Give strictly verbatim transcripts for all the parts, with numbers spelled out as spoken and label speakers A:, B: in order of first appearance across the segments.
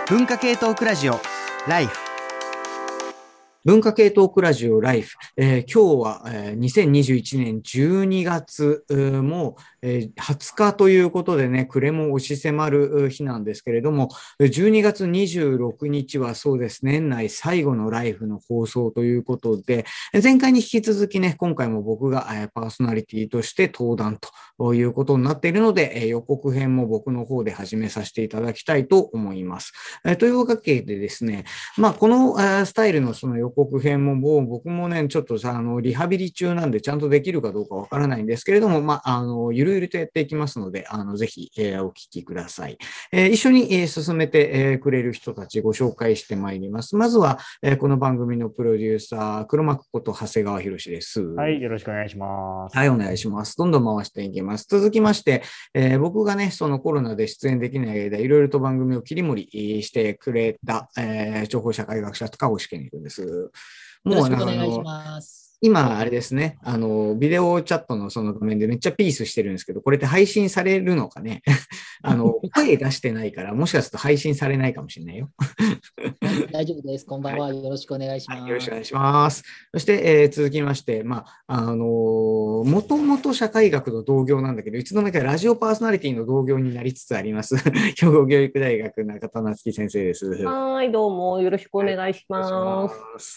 A: 文化系トークラジオライフ。
B: 文化系トークラジオライフ、えー、今日は、えー、にせんにじゅういちねんじゅうにがつも、えー、はつかということでね、暮れも押し迫る日なんですけれども、じゅうにがつにじゅうろくにちはそうですね、年内最後のライフの放送ということで、前回に引き続きね、今回も僕が、えー、パーソナリティとして登壇ということになっているので、えー、予告編も僕の方で始めさせていただきたいと思います。えー、というわけでですね、まあ、この、えー、スタイルのその予告告編ももう僕もね、ちょっとさ、あの、リハビリ中なんでちゃんとできるかどうかわからないんですけれども、まあ、あの、ゆるゆるとやっていきますので、あの、ぜひ、えー、お聞きください。えー、一緒に、えー、進めて、えー、くれる人たちご紹介してまいります。まずは、えー、この番組のプロデューサー、黒幕こと長谷川博です。
C: はい、よろしくお願いします。
B: はい、お願いします。どんどん回していきます。続きまして、えー、僕がね、そのコロナで出演できない間、いろいろと番組を切り盛りしてくれた、えー、情報社会学者、塚越健君です。
D: もう、よろしくお願いします。
B: 今、あれですね、あの、ビデオチャットのその画面でめっちゃピースしてるんですけど、これって配信されるのかね。あの、声出してないから、もしかすると配信されないかもしれないよ。
D: 大丈夫です。こんばんは。よろしくお願いします。
B: はい、よろしくお願いします。そして、えー、続きまして、まあ、あのー、もともと社会学の同業なんだけど、いつの間にかラジオパーソナリティの同業になりつつあります。兵庫教育大学中田夏樹先生です。
E: はい、どうもよろしくお願いします。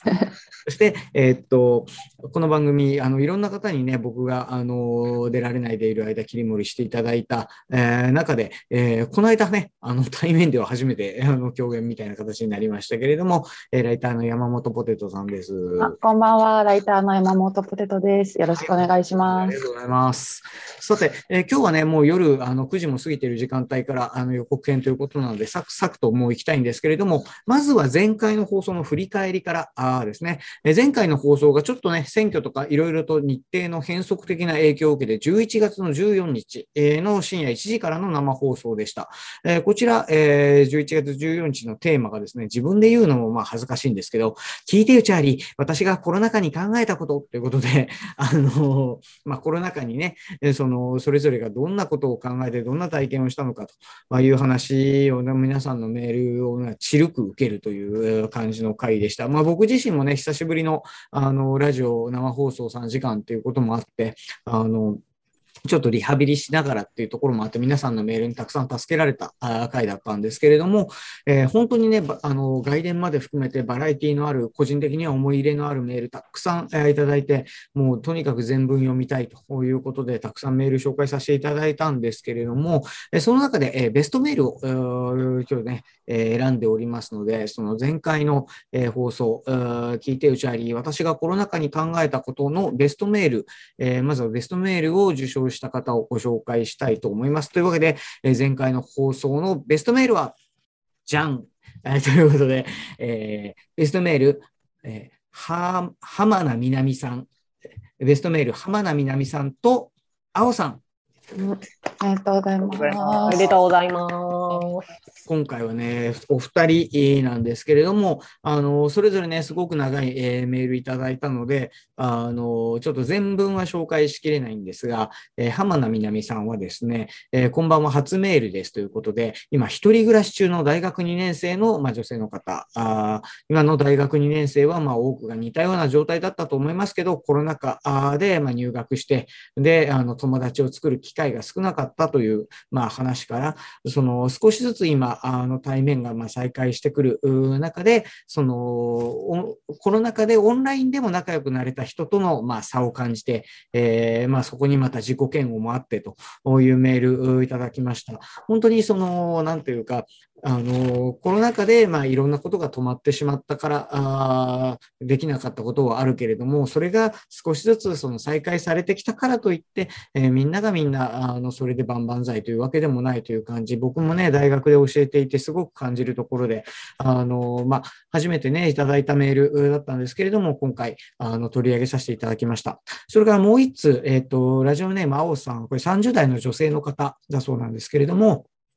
B: はい、そして、えー、っと、この番組、あの、いろんな方にね、僕が、あの、出られないでいる間、切り盛りしていただいた、えー、中で、えー、この間ね、あの、対面では初めて、あの、共演みたいな形になりましたけれども、えー、ライターの山本ポテトさんです。
F: あ、こんばんは、ライターの山本ポテトです。よろしくお願いします。はい、
B: ありがとうございます。さて、えー、今日はね、もう夜、あの、くじも過ぎている時間帯から、あの、予告編ということなので、サクサクともう行きたいんですけれども、まずは前回の放送の振り返りからあですね、えー、前回の放送がちょっとね、選挙とかいろいろと日程の変則的な影響を受けて、じゅういちがつのじゅうよっかの深夜いちじからの生放送でした。えー、こちら、えー、じゅういちがつじゅうよっかのテーマがですね、自分で言うのもまあ恥ずかしいんですけど、聞いてよチャーリー、私がコロナ禍に考えたことということで、あの、まあ、コロナ禍にね、その、それぞれがどんなことを考えて、どんな体験をしたのかという話を、ね、皆さんのメールを、ね、ちるく受けるという感じの回でした。まあ、僕自身もね、久しぶりの、あの、ラジオ生放送さんじかんということもあって、あの、ちょっとリハビリしながらっていうところもあって、皆さんのメールにたくさん助けられた回だったんですけれども、えー、本当にね、あの、外伝まで含めてバラエティのある、個人的には思い入れのあるメールたくさん、えー、いただいて、もうとにかく全文読みたいということで、たくさんメール紹介させていただいたんですけれども、その中で、えー、ベストメールを、えー、今日ね、えー、選んでおりますので、その前回の、えー、放送、えー、聞いてよチャーリー、私がコロナ禍に考えたことのベストメール、えー、まずはベストメールを受賞した方をご紹介したいと思います。というわけで、えー、前回の放送のベストメールは、じゃん、えー、ということで、えー、ベストメール、えー、は浜名みなみさん、ベストメール、浜名みなみさんと、青さん。
F: ありがとうございます。
E: おめでとうございます。
B: 今回はね、お二人なんですけれども、あの、それぞれね、すごく長い、えー、メールいただいたので、あの、ちょっと全文は紹介しきれないんですが、えー、浜名みなみさんはですね、えー、こんばんは初メールですということで、今、一人暮らし中の大学にねん生の、まあ、女性の方、あ今の大学にねん生は、まあ、多くが似たような状態だったと思いますけど、コロナ禍で、まあ、入学して、で、あの、友達を作る機会が少なかったという、まあ、話から、その、少しずつ今、あの、対面がまあ再開してくる中で、その、コロナ禍でオンラインでも仲良くなれた人との、まあ、差を感じて、えー、まあ、そこにまた自己嫌悪もあってというメールいただきました。本当にその、なんていうか、あの、コロナ禍で、まあ、いろんなことが止まってしまったから、あできなかったことはあるけれども、それが少しずつその再開されてきたからといって、えー、みんながみんな、あの、それで万々歳というわけでもないという感じ、僕もね、大学で教えていてすごく感じるところで、あの、まあ、初めてね、いただいたメールだったんですけれども、今回、あの、取り上げさせていただきました。それからもう一つ、えっと、ラジオネーム、青さん、これさんじゅう代の女性の方だそうなんですけれども、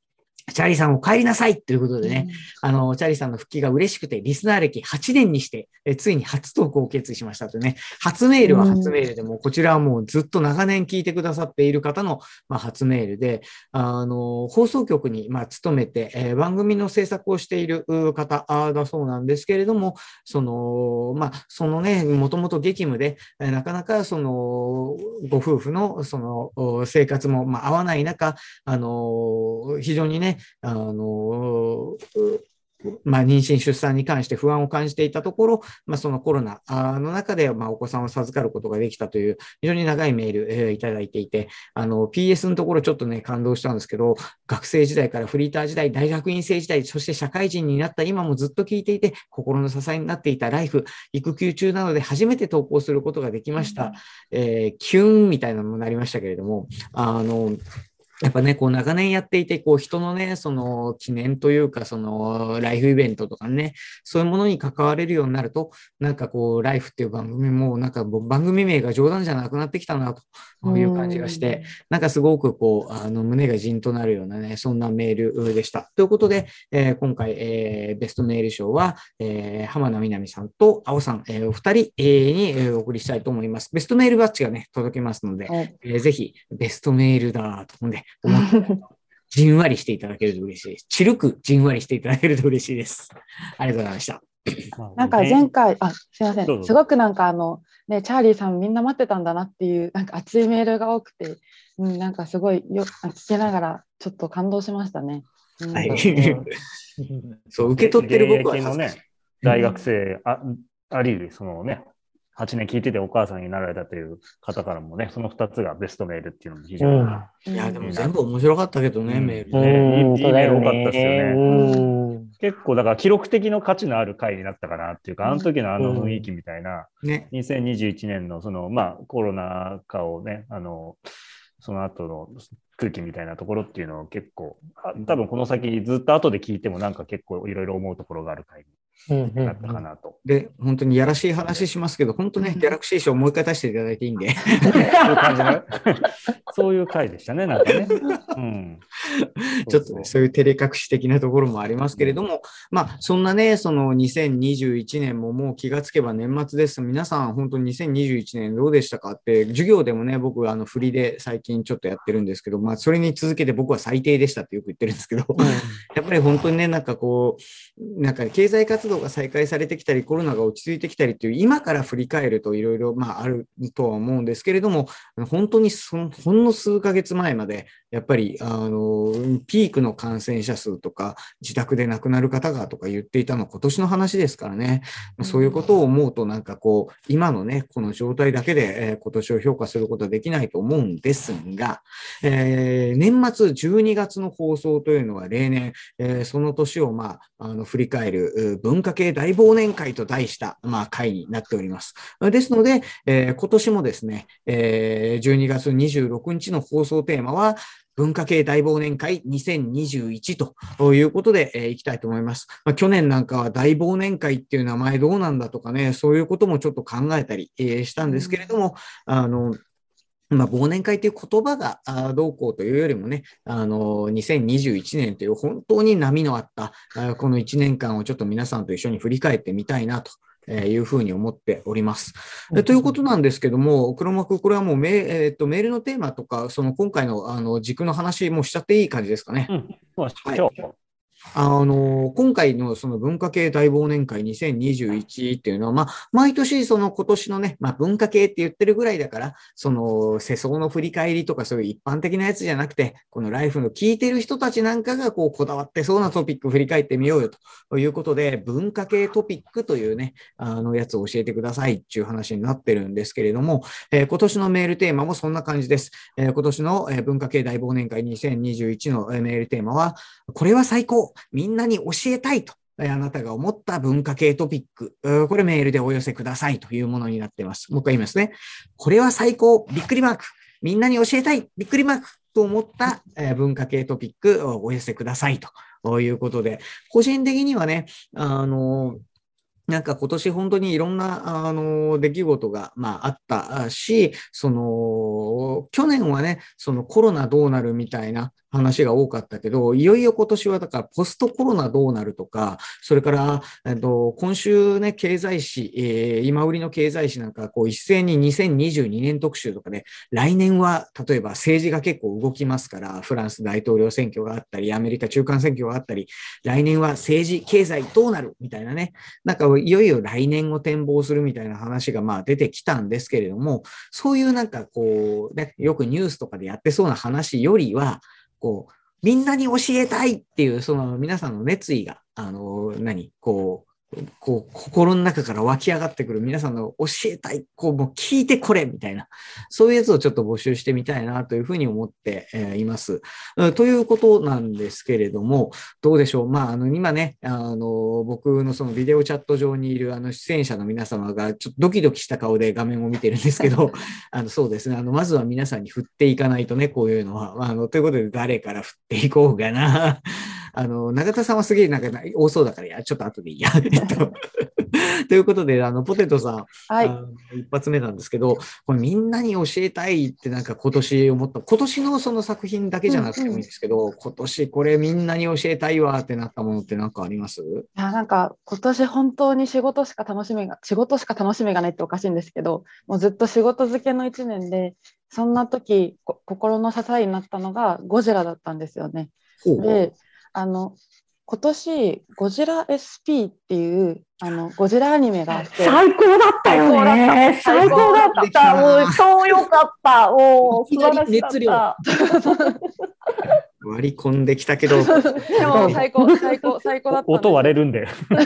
B: チャーリーさんお帰りなさいということでね、うん、あの、チャーリーさんの復帰が嬉しくて、リスナー歴はちねんにして、えついに初投稿を決意しましたとね、初メールは初メールでも、うん、こちらはもうずっと長年聞いてくださっている方の、まあ、初メールで、あの、放送局に、まあ、勤めて、えー、番組の制作をしている方だそうなんですけれども、その、まあ、そのね、もともと激務で、えー、なかなかその、ご夫婦のその生活も、まあ、合わない中、あの、非常にね、あの、まあ、妊娠出産に関して不安を感じていたところ、まあ、そのコロナの中で、まあ、お子さんを授かることができたという非常に長いメール、えー、いただいていて、あの ピーエス のところちょっとね感動したんですけど、学生時代からフリーター時代、大学院生時代、そして社会人になった今もずっと聞いていて心の支えになっていたライフ、育休中なので初めて投稿することができました、うん、えー、キューンみたいなのもなりましたけれども、あのやっぱね、こう長年やっていて、こう人のね、その記念というか、そのライフイベントとかね、そういうものに関われるようになると、なんかこう、ライフっていう番組も、なんか番組名が冗談じゃなくなってきたな、という感じがして、なんかすごくこう、あの、胸がじんとなるようなね、そんなメールでした。ということで、えー、今回、えー、ベストメール賞は、えー、浜名みなみさんと青さん、えー、お二人、えー、に、えー、お送りしたいと思います。ベストメールバッジがね、届きますので、はい、えー、ぜひ、ベストメールだと思うんで、思ってじんわりしていただけると嬉しいです。ちるくじんわりしていただけると嬉しいです。ありがとうございました。
F: なんか前回、あ、すいません。すごくなんかあの、ね、チャーリーさんみんな待ってたんだなっていう、なんか熱いメールが多くて、うん、なんかすごいよ聞けながらちょっと感動しましたね。うん、はい。
B: そう、受け取ってる僕は
C: 現役のね、大学生、あ、あり得る、そのね、はちねん聞いててお母さんになられたという方からもね、そのふたつがベストメールっていうのも非常に、
B: うん、いやでも全部面白かったけどね、うん、メール
C: ね、いい、いいメール多かったですよね、うん、結構だから記録的の価値のある回になったかなっていうか、あの時のあの雰囲気みたいな、うんね、にせんにじゅういちねんのそのまあコロナ禍をね、あのその後の空気みたいなところっていうのを結構多分この先ずっと後で聞いてもなんか結構いろいろ思うところがある回になったかなと。
B: で、本当にやらしい話しますけど、本当ね、ギャラクシー賞もう一回出していただいていいんで。そういう感じの
C: そういう回でしたね、なんかね。うん、
B: ちょっとね、そういう照れ隠し的なところもありますけれども、うん、まあ、そんなね、そのにせんにじゅういちねんももう気がつけば年末です。皆さん、本当ににせんにじゅういちねんどうでしたかって、授業でもね、僕、あの、振りで最近ちょっとやってるんですけど、まあ、それに続けて僕は最低でしたってよく言ってるんですけど、うん、やっぱり本当にね、なんかこう、なんか経済活動が再開されてきたり、コロナが落ち着いてきたりという、今から振り返るといろいろ、まあ、あるとは思うんですけれども、本当にそのほんの数ヶ月前まで、やっぱり、あの、ピークの感染者数とか、自宅で亡くなる方がとか言っていたのは今年の話ですからね。そういうことを思うと、なんかこう、今のね、この状態だけで、えー、今年を評価することはできないと思うんですが、えー、年末じゅうにがつの放送というのは例年、えー、その年を、まあ、あの振り返る文化系大忘年会と題した、まあ、会になっております。ですので、えー、今年もですね、えー、じゅうにがつにじゅうろくにちの放送テーマは、文化系大忘年会にせんにじゅういちということで、えー、いきたいと思います。まあ、去年なんかは大忘年会っていう名前どうなんだとかね、そういうこともちょっと考えたり、えー、したんですけれども、あの、まあ、忘年会という言葉がどうこうというよりもね、あの、にせんにじゅういちねんという本当に波のあった、このいちねんかんをちょっと皆さんと一緒に振り返ってみたいなと。えー、いうふうに思っております。うん、ということなんですけども、黒幕、これはもうメ、えー、っとメールのテーマとか、その今回の、あの軸の話もしちゃっていい感じですかね。
C: うん、そうし
B: ましょう。はいあの、今回のその文化系大忘年会にせんにじゅういちっていうのは、まあ、毎年その今年のね、まあ、文化系って言ってるぐらいだから、その世相の振り返りとかそういう一般的なやつじゃなくて、このライフの聞いてる人たちなんかがこうこだわってそうなトピックを振り返ってみようよということで、文化系トピックというね、あのやつを教えてくださいっていう話になってるんですけれども、えー、今年のメールテーマもそんな感じです。えー、今年の文化系大忘年会にせんにじゅういちのメールテーマは、これは最高みんなに教えたいと、あなたが思った文化系トピック、これメールでお寄せくださいというものになっています。もう一回言いますね。これは最高、びっくりマーク。みんなに教えたい、びっくりマークと思った文化系トピックをお寄せくださいということで、個人的にはね、あの、 なんか今年本当にいろんな、あの、出来事が、まあ、あったし、その、去年はね、そのコロナどうなるみたいな話が多かったけど、いよいよ今年はだからポストコロナどうなるとか、それから、えっと、今週ね、経済誌、えー今売りの経済誌なんか、こう一斉ににせんにじゅうにねん特集とかで、来年は例えば政治が結構動きますから、フランス大統領選挙があったり、アメリカ中間選挙があったり、来年は政治、経済どうなるみたいなね、なんかいよいよ来年を展望するみたいな話がまあ出てきたんですけれども、そういうなんかこう、ね、よくニュースとかでやってそうな話よりは、こう、みんなに教えたいっていう、その皆さんの熱意が、あの、何、こう、こう、心の中から湧き上がってくる皆さんの教えたい、こう、もう聞いてこれみたいな、そういうやつをちょっと募集してみたいなというふうに思っています。ということなんですけれども、どうでしょう。まあ、あの、今ね、あの、僕のそのビデオチャット上にいるあの出演者の皆様がちょっとドキドキした顔で画面を見てるんですけど、あの、そうですね。あの、まずは皆さんに振っていかないとね、こういうのは。あの、ということで誰から振っていこうかな。あの、永田さんはすげえなんか多そうだから、いや、ちょっと後でいいや。えっと、ということで、あの、ポテトさん、
F: はい、
B: 一発目なんですけど、これみんなに教えたいってなんか今年思った、今年のその作品だけじゃなくてもいいんですけど、うんうん、今年これみんなに教えたいわってなったものって何かあります？い
F: や、なんか今年本当に仕事しか楽しみが、仕事しか楽しみがないっておかしいんですけど、もうずっと仕事漬けのいちねんで、そんな時、心の支えになったのがゴジラだったんですよね。で、あの、今年ゴジラ エスピー っていうあのゴジラアニメがあって、
E: 最高だったよね。最高だった。もう超良かった。もう素晴らしかった。
B: 割り込んできたけど、
F: でも最高最高最高だった。
C: 音割れるんで。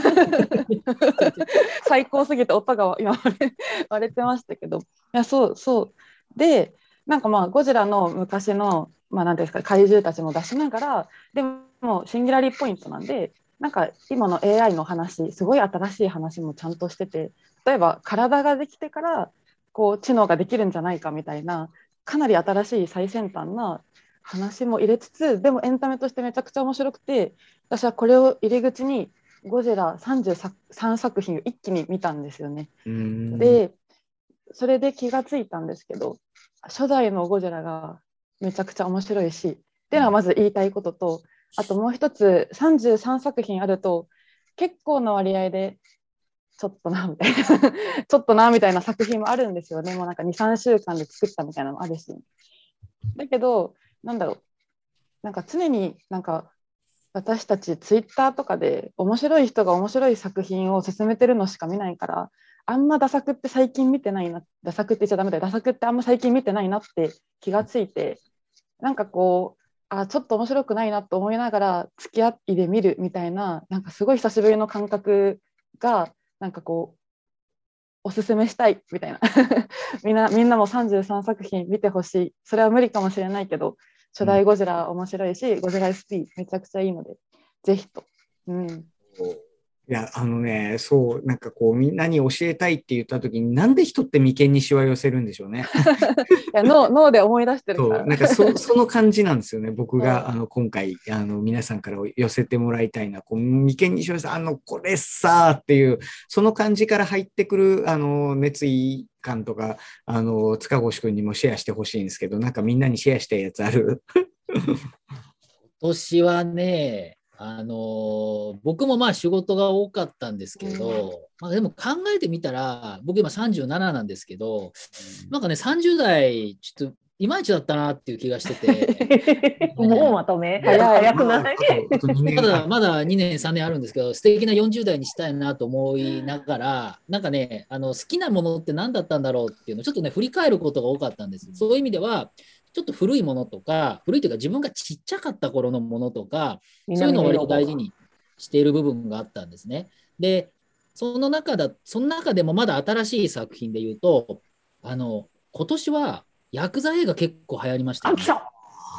F: 最高すぎて音が今割れ、割れてましたけど、いやそうそうで、なんかまあゴジラの昔のまあ何ですか怪獣たちも出しながら、でもシンギュラリーポイントなんで、なんか今の エーアイ の話、すごい新しい話もちゃんとしてて、例えば体ができてからこう知能ができるんじゃないかみたいな、かなり新しい最先端な話も入れつつ、でもエンタメとしてめちゃくちゃ面白くて、私はこれを入り口にゴジラさんじゅうさんさく品を一気に見たんですよね。で、それで気がついたんですけど、初代のゴジラがめちゃくちゃ面白いしっていうのはまず言いたいことと、あともう一つさんじゅうさんさく品あると結構な割合でちょっとなみたいなちょっとなみたいな作品もあるんですよね。もうなんかにさんしゅうかんで作ったみたいなのもあるし、だけどなんだろう、なんか常になんか私たちツイッターとかで面白い人が面白い作品を勧めてるのしか見ないから、あんまダ作って最近見てないな、ダ作って言っちゃダメだよ、ダ作ってあんま最近見てないなって気がついて、なんかこうあちょっと面白くないなと思いながら付き合いで見るみたいな、なんかすごい久しぶりの感覚がなんかこうおすすめしたいみたいなみんなみんなもさんじゅうさんさく品見てほしい。それは無理かもしれないけど、初代ゴジラ面白いし、うん、ゴジラ エスピー めちゃくちゃいいのでぜひと、うん、
B: いや、あのね、そう、なんかこう、みんなに教えたいって言ったときに、なんで人って眉間にしわ寄せるんでしょうね。
F: いや脳、脳で思い出してるから。
B: そう、なんかそ、その感じなんですよね。僕が、あの、今回、あの、皆さんから寄せてもらいたいな、こう、眉間にしわ寄せ、あの、これさーっていう、その感じから入ってくる、あの、熱意感とか、あの、塚越くんにもシェアしてほしいんですけど、なんかみんなにシェアしたいやつある？
D: 今年はね、あのー、僕もまあ仕事が多かったんですけど、うん、まあ、でも考えてみたら僕今さんじゅうなななんですけど、うん、なんかねさんじゅう代ちょっといまいちだったなっていう気がしてて
E: もうまとめ早くない
D: まだまだにねんさんねんあるんですけど、素敵なよんじゅう代にしたいなと思いながら、なんかねあの好きなものって何だったんだろうっていうのをちょっとね振り返ることが多かったんです。そういう意味ではちょっと古いものとか、古いというか自分がちっちゃかった頃のものとか、そういうのを割と大事にしている部分があったんですね。で、その中だ、その中でもまだ新しい作品で言うと、あの、今年はヤクザ映画結構流行りましたよね。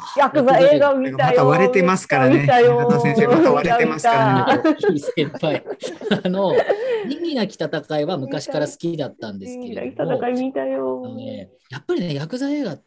E: ヤクザ映画見たよ。
B: また割れてますからね。中田先生、また割れてますからね。
D: いい先輩。あの、仁義なき戦いは昔から好きだったんですけれども、
E: 戦い見たよ。
D: あのね、やっぱりね、ヤクザ映画って、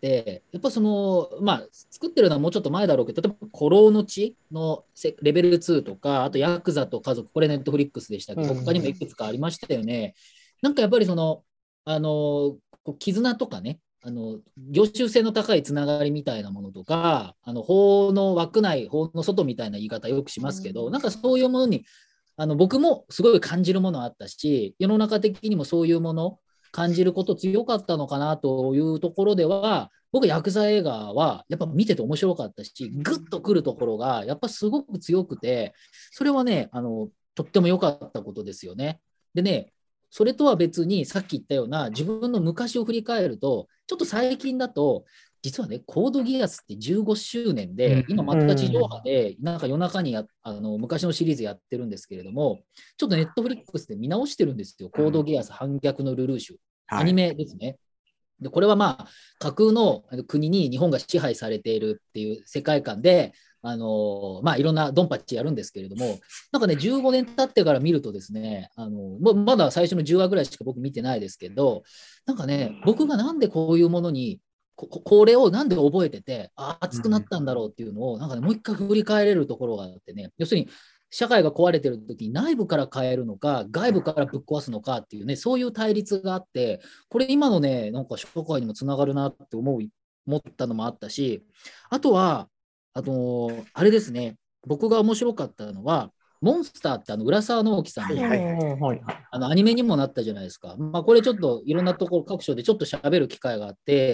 D: やっぱその、まあ、作ってるのはもうちょっと前だろうけど、例えば、孤狼の血のレベルツーとか、あと、ヤクザと家族、これネットフリックスでしたけど、他にもいくつかありましたよね。なんかやっぱりその、あの、絆とかね、あの業種性の高いつながりみたいなものとか、あの法の枠内、法の外みたいな言い方よくしますけど、なんかそういうものにあの僕もすごい感じるものあったし、世の中的にもそういうもの感じること強かったのかなというところでは、僕ヤクザ映画はやっぱ見てて面白かったし、グッとくるところがやっぱすごく強くて、それはね、あのとっても良かったことですよね。でね、それとは別にさっき言ったような自分の昔を振り返ると、ちょっと最近だと、実はね、コードギアスってじゅうごしゅうねんで、今また地上波で、なんか夜中にやあの昔のシリーズやってるんですけれども、ちょっとネットフリックスで見直してるんですよ。コードギアス反逆のルルーシュ。アニメですね。でこれはまあ、架空の国に日本が支配されているっていう世界観で、あのまあ、いろんなドンパチやるんですけれども、なんかね、じゅうごねん経ってから見るとですね、あのまだ最初のじゅうわぐらいしか僕見てないですけど、なんかね、僕がなんでこういうものに、こ, これをなんで覚えてて、あ熱くなったんだろうっていうのを、なんかね、もう一回振り返れるところがあってね、要するに、社会が壊れてる時に内部から変えるのか、外部からぶっ壊すのかっていうね、そういう対立があって、これ今のね、なんか社会にもつながるなって思う、思ったのもあったし、あとは、あのー、あれですね、僕が面白かったのは、モンスターってあの浦沢直樹さんの、あのアニメにもなったじゃないですか。まあ、これちょっといろんなところ、各所でちょっと喋る機会があって、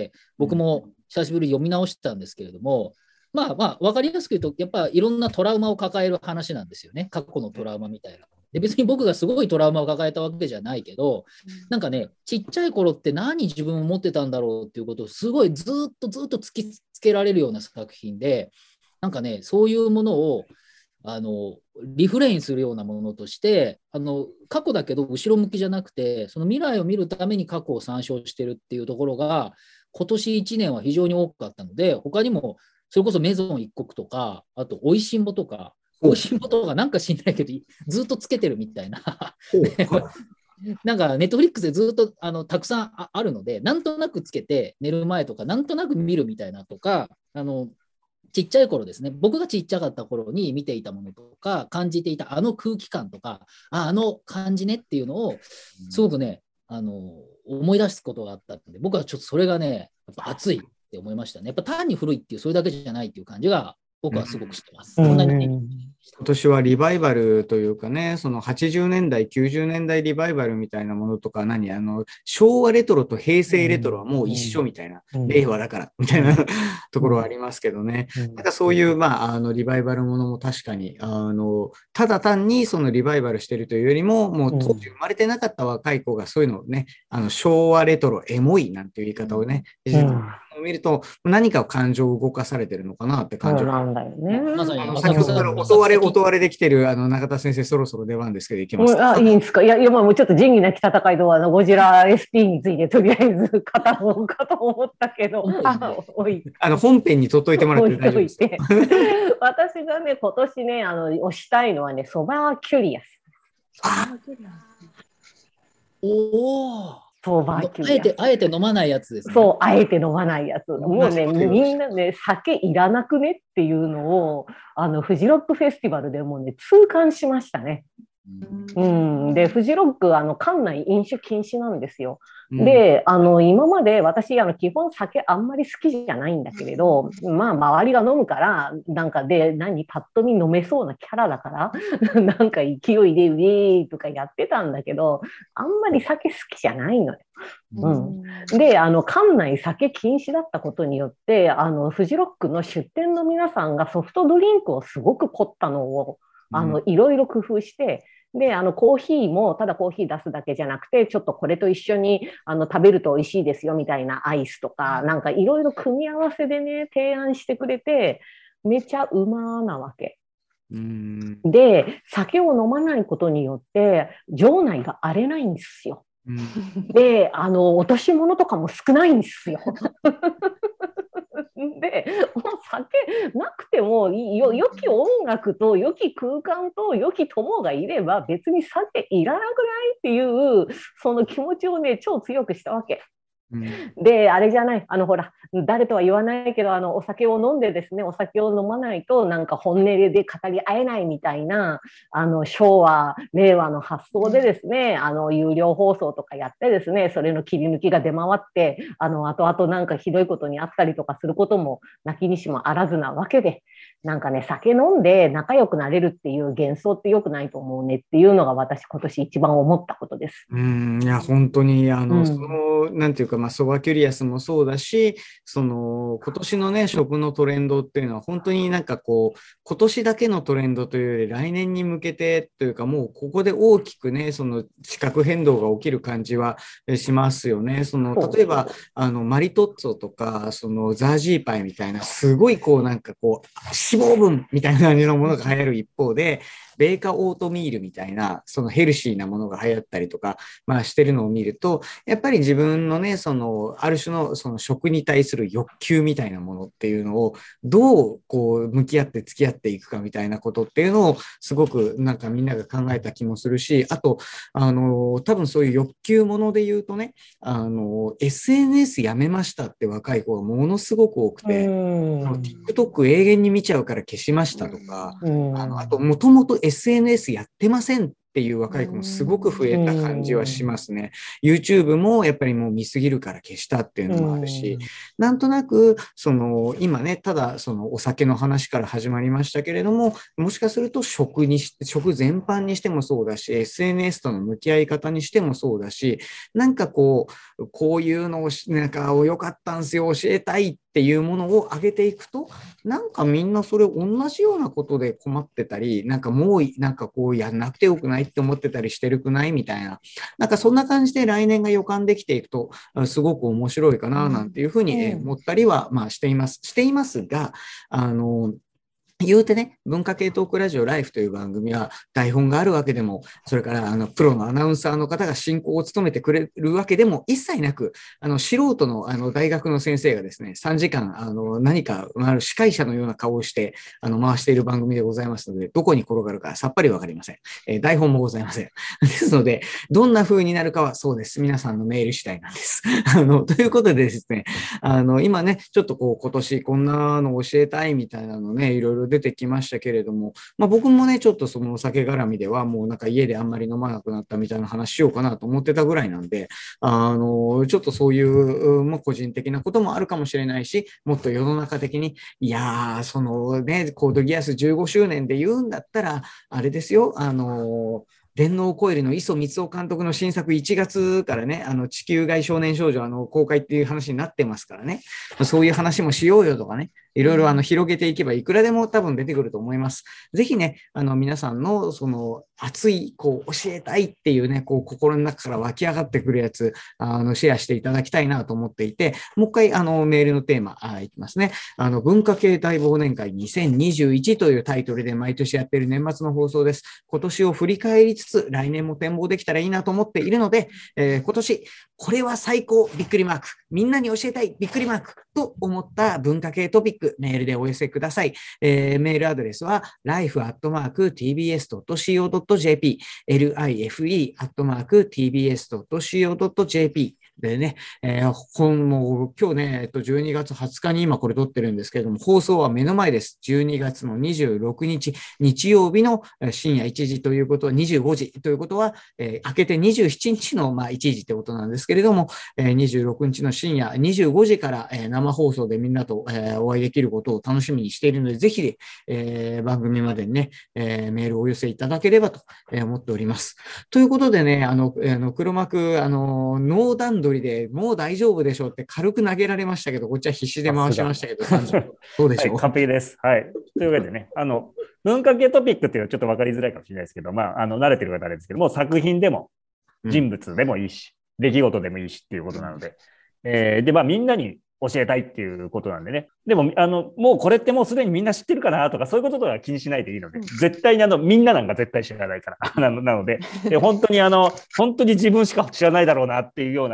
D: 僕も久しぶりに読み直したんですけれども、まあまあ、分かりやすく言うと、やっぱいろんなトラウマを抱える話なんですよね。過去のトラウマみたいな。で別に僕がすごいトラウマを抱えたわけじゃないけど、なんかね、ちっちゃい頃って何自分を持ってたんだろうっていうことをすごいずっとずっと突きつけられるような作品で、なんかね、そういうものをあのリフレインするようなものとして、あの過去だけど後ろ向きじゃなくて、その未来を見るために過去を参照してるっていうところが、今年いちねんは非常に多かったので、他にもそれこそメゾン一国とか、あとおいしんぼとか、おいしんぼとかなんか知んないけど、ずっとつけてるみたいな。なんかネットフリックスでずっとあのたくさん あ, あるので、なんとなくつけて寝る前とか、なんとなく見るみたいなとか、あのちっちゃい頃ですね、僕がちっちゃかった頃に見ていたものとか、感じていたあの空気感とか、あ, あの感じねっていうのを、すごくね、あの思い出すことがあったので、僕はちょっとそれがね、やっぱ熱いって思いましたね。やっぱ単に古いっていう、それだけじゃないっていう感じが、僕はすごくしてます。
B: うん、
D: こんなにね、
B: 今年はリバイバルというかね、そのはちじゅうねんだい、きゅうじゅうねんだいリバイバルみたいなものとか、何、あの、昭和レトロと平成レトロはもう一緒みたいな、うん、令和だからみたいなところはありますけどね。うん、なんかそういう、まあ、あの、リバイバルものも確かに、あの、ただ単にそのリバイバルしてるというよりも、もう当時生まれてなかった若い子がそういうのをね、あの、昭和レトロ、エモいなんていう言い方をね、うんを見ると何か感情を動かされてるのかなって感じ。
E: そうなんだよね。
D: まさに
B: あの先ほどから音割れ音割れできてるあの中田先生、そろそろ出番ですけどいけますか。
E: あ、いいんですか。いやいや、もうちょっと仁義なき戦いとあのゴジラ エスピー についてとりあえず語ろうかと思ったけど、あおい
B: あの本編に取っといてもらって大丈夫ですか。
E: 私がね今年ねあの推したいのはねソバーキュリアス。
B: あ
D: おお。
E: あ
D: えて、あえて飲まないやつですね。
E: そう、あえて飲まないやつ。もうね、みんなね、酒いらなくねっていうのを、あの、フジロックフェスティバルでもね、痛感しましたね。うん、で、フジロック、あの、館内飲酒禁止なんですよ。で、あの、今まで私、あの、基本酒あんまり好きじゃないんだけれど、まあ、周りが飲むから、なんかで、何、パッと見飲めそうなキャラだから、なんか勢いでウェーとかやってたんだけど、あんまり酒好きじゃないのよ。うん、で、あの、館内酒禁止だったことによって、あの、フジロックの出店の皆さんがソフトドリンクをすごく凝ったのを、あの、いろいろ工夫して、で、あの、コーヒーも、ただコーヒー出すだけじゃなくて、ちょっとこれと一緒に、あの、食べると美味しいですよ、みたいなアイスとか、なんかいろいろ組み合わせでね、提案してくれて、めちゃうまなわけ。
B: うん
E: で、酒を飲まないことによって、場内が荒れないんですよ。うん、で、あの、落とし物とかも少ないんですよ。 で、もう酒なくてもよ、良き音楽と良き空間と良き友がいれば別に酒いらなくないっていうその気持ちをね超強くしたわけ。うん、であれじゃない、あのほら誰とは言わないけど、あのお酒を飲んでですね、お酒を飲まないとなんか本音で語り合えないみたいな、あの昭和令和の発想でですね、あの有料放送とかやってですね、それの切り抜きが出回って、あの後々なんかひどいことにあったりとかすることもなきにしもあらずなわけで、なんかね、酒飲んで仲良くなれるっていう幻想って良くないと思うねっていうのが私今年一番思ったことです。
B: うん、いや本当にあの、うん、そのなんていうか、まあ、ソバキュリアスもそうだし、その今年のね食のトレンドっていうのは本当になんかこう今年だけのトレンドというより来年に向けてというか、もうここで大きくねその地殻変動が起きる感じはしますよね。その例えばあのマリトッツォとかそのザージーパイみたいなすごいこうなんかこう脂肪分みたいな感じのものが流行る一方で、ベーカオートミールみたいなそのヘルシーなものが流行ったりとか、まあ、してるのを見ると、やっぱり自分のねそのある種のその食に対する欲求みたいなものっていうのをどうこう向き合って付き合っていくかみたいなことっていうのをすごくなんかみんなが考えた気もするし、あとあの多分そういう欲求もので言うとね、あの エスエヌエス やめましたって若い子がものすごく多くて、TikTok 永遠に見ちゃうから消しましたとか、あのあともともと エスエヌエス やってませんっていう若い子もすごく増えた感じはしますね。YouTube もやっぱりもう見すぎるから消したっていうのもあるし、なんとなくその今ねただそのお酒の話から始まりましたけれども、もしかすると食にし食全般にしてもそうだし、 エスエヌエス との向き合い方にしてもそうだし、なんかこうこういうのをなんか良かったんですよ教えたいっていうものを上げていくと、なんかみんなそれ同じようなことで困ってたり、なんかもうなんかこうやんなくてよくないって思ってたりしてるくないみたいな、なんかそんな感じで来年が予感できていくとすごく面白いかななんていうふうに思ったりはまあしていますしていますが、あの言うてね、文化系トークラジオライフという番組は台本があるわけでも、それからあのプロのアナウンサーの方が進行を務めてくれるわけでも一切なく、あの素人のあの大学の先生がですね、さんじかんあの何か、まあ、司会者のような顔をしてあの回している番組でございますので、どこに転がるかさっぱりわかりません、えー。台本もございません。ですので、どんな風になるかはそうです。皆さんのメール次第なんです。あのということでですね、あの今ね、ちょっとこう今年こんなの教えたいみたいなのね、いろいろ出てきましたけれども、まあ、僕もねちょっとそのお酒絡みではもうなんか家であんまり飲まなくなったみたいな話しようかなと思ってたぐらいなんで、あのちょっとそういうもう個人的なこともあるかもしれないし、もっと世の中的にいやーそのねコードギアスじゅうごしゅうねんで言うんだったらあれですよ、あの電脳コイルの磯光雄監督の新作いちがつからね、あの地球外少年少女あの公開っていう話になってますからね、そういう話もしようよとかね、いろいろあの広げていけばいくらでも多分出てくると思います。ぜひね、あの皆さんのその熱いこう教えたいっていうね、こう心の中から湧き上がってくるやつ、あのシェアしていただきたいなと思っていて、もう一回あのメールのテーマあいきますね。あの文化系大忘年会にせんにじゅういちというタイトルで毎年やっている年末の放送です。今年を振り返りつつ来年も展望できたらいいなと思っているので、えー、今年これは最高びっくりマーク、みんなに教えたいびっくりマークと思った文化系トピック、メールでお寄せください。えー、メールアドレスは ライフ アットマーク ティービーエス ドット シーオー ドット ジェーピー ライフ アットマーク ティービーエス ドット シーオー ドット ジェーピーでね、えー、本も今日ね、えっと、じゅうにがつはつかに今これ撮ってるんですけれども、放送は目の前です。じゅうにがつのにじゅうろくにち、日曜日の深夜いちじということは、にじゅうごじということは、えー、明けてにじゅうしちにちの、まあ、いちじってことなんですけれども、えー、にじゅうろくにちの深夜にじゅうごじから、えー、生放送でみんなと、えー、お会いできることを楽しみにしているので、ぜひ、えー、番組までにね、えー、メールをお寄せいただければと思っております。ということでね、あの、あの黒幕、あの、ノー段取りでもう大丈夫でしょうって軽く投げられましたけど、こっちは必死で回しましたけど、どうでしょう、
C: はい、完璧です。はい。というわけでね、あの、文化系トピックっていうのはちょっと分かりづらいかもしれないですけど、まあ、あの、慣れてる方あれですけども、作品でも人物でもいいし、うん、出来事でもいいしっていうことなので、えー、で、まあ、みんなに教えたいっていうことなんでね。でも、あの、もうこれってもうすでにみんな知ってるかなとか、そういうこととは気にしないでいいので、絶対にあの、みんななんか絶対知らないから。なので、で本当にあの、本当に自分しか知らないだろうなっていうような、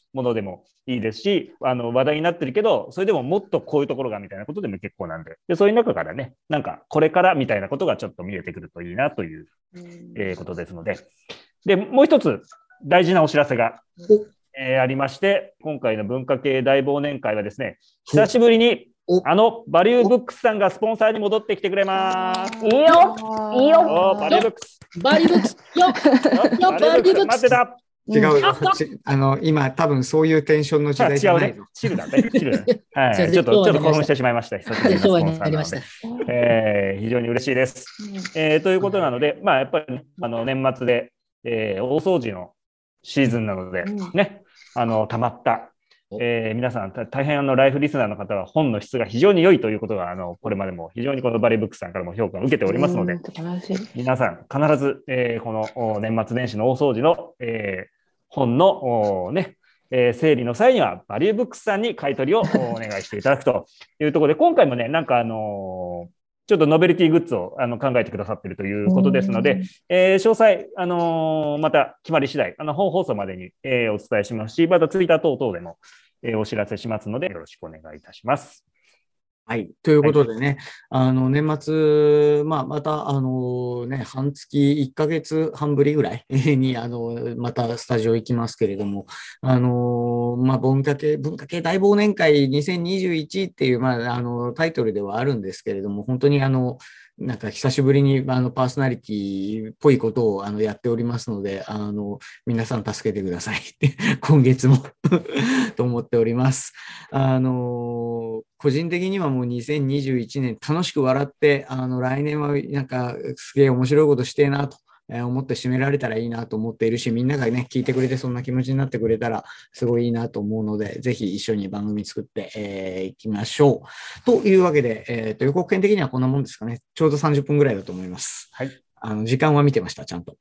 C: ものでもいいですし、あの話題になってるけど、それでももっとこういうところがみたいなことでも結構なんで、でそういう中からね、なんかこれからみたいなことがちょっと見えてくるといいなという、えー、ことですので、でもう一つ大事なお知らせが、えー、ありまして、今回の文化系大忘年会はですね、久しぶりにあのバリューブックスさんがスポンサーに戻ってきてくれます。
E: いいよ、いいよ。
C: バリューブックス。
D: バリューブックス。よっ、よっ、バリューブックス。
C: 待ってた。
B: 違うよ。あの、今、多分そういうテンションの時代じゃないの。
C: 違うね。チルだね。チルだね。はい。ちょっと、ちょっと興奮してしまいました。
D: 昭和になりました。
C: えー、非常に嬉しいです。えー、ということなので、まあ、やっぱり、ね、あの、年末で、えー、大掃除のシーズンなので、ね、あの、溜まった、えー、皆さん、大変あのライフリスナーの方は本の質が非常に良いということが、あの、これまでも非常にこのバリブックさんからも評価を受けておりますので、皆さん、必ず、えー、この年末年始の大掃除の、えー、本の、ね、えー、整理の際には、バリューブックスさんに買い取りをお願いしていただくというところで、今回もね、なんかあのー、ちょっとノベルティグッズをあの考えてくださっているということですので、えー、詳細、あのー、また決まり次第、あの本放送までに、えー、お伝えしますし、またツイッター等々でも、えー、お知らせしますので、よろしくお願いいたします。
B: はい。ということでね、はい、あの、年末、まあ、また、あのね、半月、いっかげつはんぶりぐらいに、あの、またスタジオ行きますけれども、あの、まあ、文化系、文化系大忘年会にせんにじゅういちっていう、まあ、あの、タイトルではあるんですけれども、本当にあの、なんか久しぶりにあのパーソナリティっぽいことをあのやっておりますので、あの皆さん助けてください今月もと思っております。あの個人的にはもうにせんにじゅういちねん楽しく笑ってあの来年はなんかすげえ面白いことしてえなと思って締められたらいいなと思っているし、みんながね聞いてくれてそんな気持ちになってくれたらすごいいいなと思うので、ぜひ一緒に番組作ってい、えー、きましょうというわけで、えー、と予告編的にはこんなもんですかね。ちょうどさんじゅっぷんぐらいだと思います。
C: はい。
B: あの時間は見てましたちゃんと。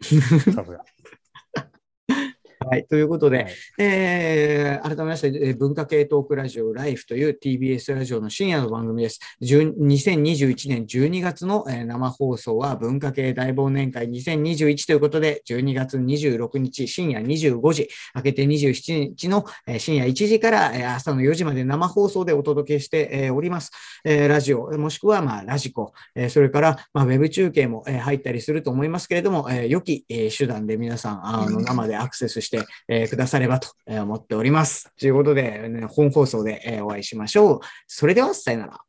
B: はい、ということで、はい、えー、改めまして、文化系トークラジオライフという ティービーエス ラジオの深夜の番組です。にせんにじゅういちねんじゅうにがつの生放送は文化系大忘年会にせんにじゅういちということで、じゅうにがつにじゅうろくにち深夜にじゅうごじ、明けてにじゅうしちにちの深夜いちじから朝のよじまで生放送でお届けしております。ラジオ、もしくはまあラジコ、それからまあウェブ中継も入ったりすると思いますけれども、良き手段で皆さんあの生でアクセスしてえー、くださればと思っております。ということで、ね、本放送でお会いしましょう。それではさよなら。